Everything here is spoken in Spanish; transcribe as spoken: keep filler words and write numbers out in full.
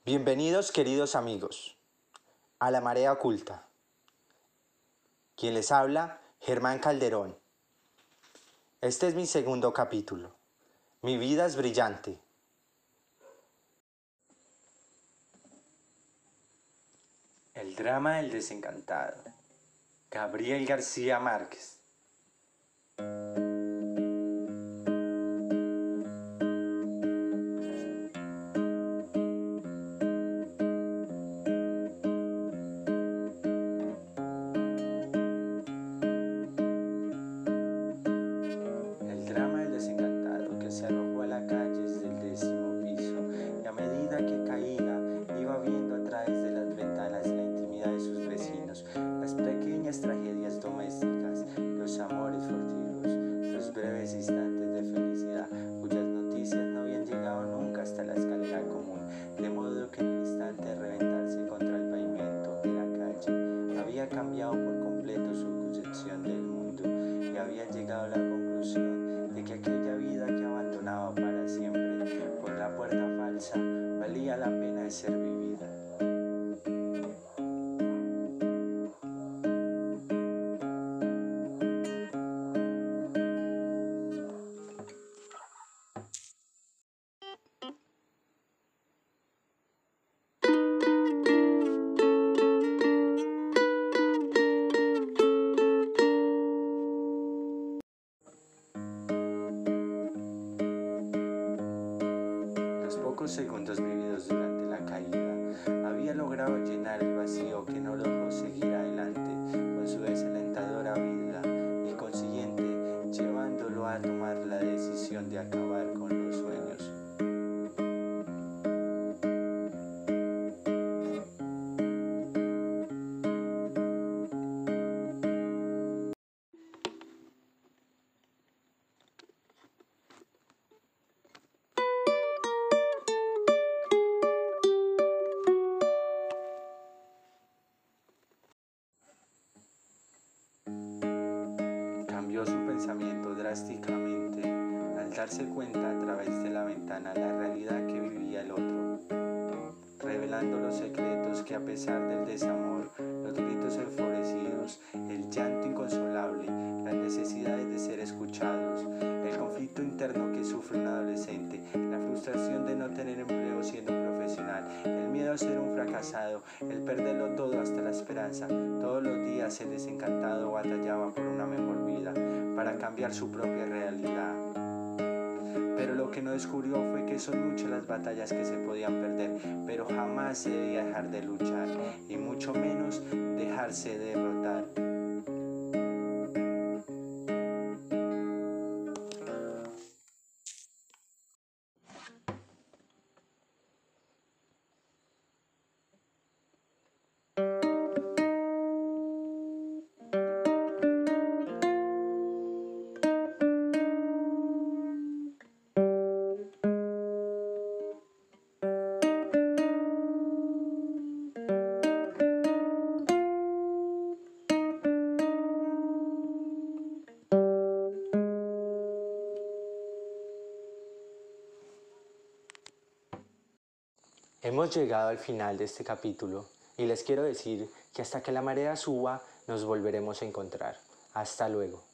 Bienvenidos, queridos amigos, a La Marea Oculta. Quien les habla, Germán Calderón. Este es mi segundo capítulo. Mi vida es brillante. El drama del desencantado. Gabriel García Márquez. El drama del desencantado que se arrojó a la calle desde el décimo piso y a medida que caía iba viendo a través de las ventanas la intimidad de sus vecinos, las pequeñas tragedias domésticas, los amores furtivos, los breves instantes de felicidad cuyas noticias no habían llegado nunca hasta la escalera común, de modo que en el instante de reventarse contra el pavimento de la calle había cambiado por completo su concepción del mundo y había llegado a la conclusión de que aquella vida que abandonaba para siempre por la puerta falsa valía la pena de ser vivida. Los pocos segundos vividos durante la caída había logrado llenar el vacío que no lo dejó seguir adelante con su desalentadora vida y consiguiente llevándolo a tomar la decisión de acabar con los sueños. Cambió su pensamiento drásticamente al darse cuenta a través de la ventana la realidad que vivía el otro, revelando los secretos que a pesar del desamor, los gritos enfurecidos, el llanto inconsolable, las necesidades de ser escuchados, el conflicto interno que sufre un adolescente, la frustración de no tener empleo siendo profesional, el miedo a ser un fracasado, el perderlo todo hasta la esperanza. Todos los días el desencantado batallaba por una mejor vida, para cambiar su propia realidad. Pero lo que no descubrió fue que son muchas las batallas que se podían perder, pero jamás se debía dejar de luchar, y mucho menos dejarse derrotar. Hemos llegado al final de este capítulo y les quiero decir que hasta que la marea suba nos volveremos a encontrar. Hasta luego.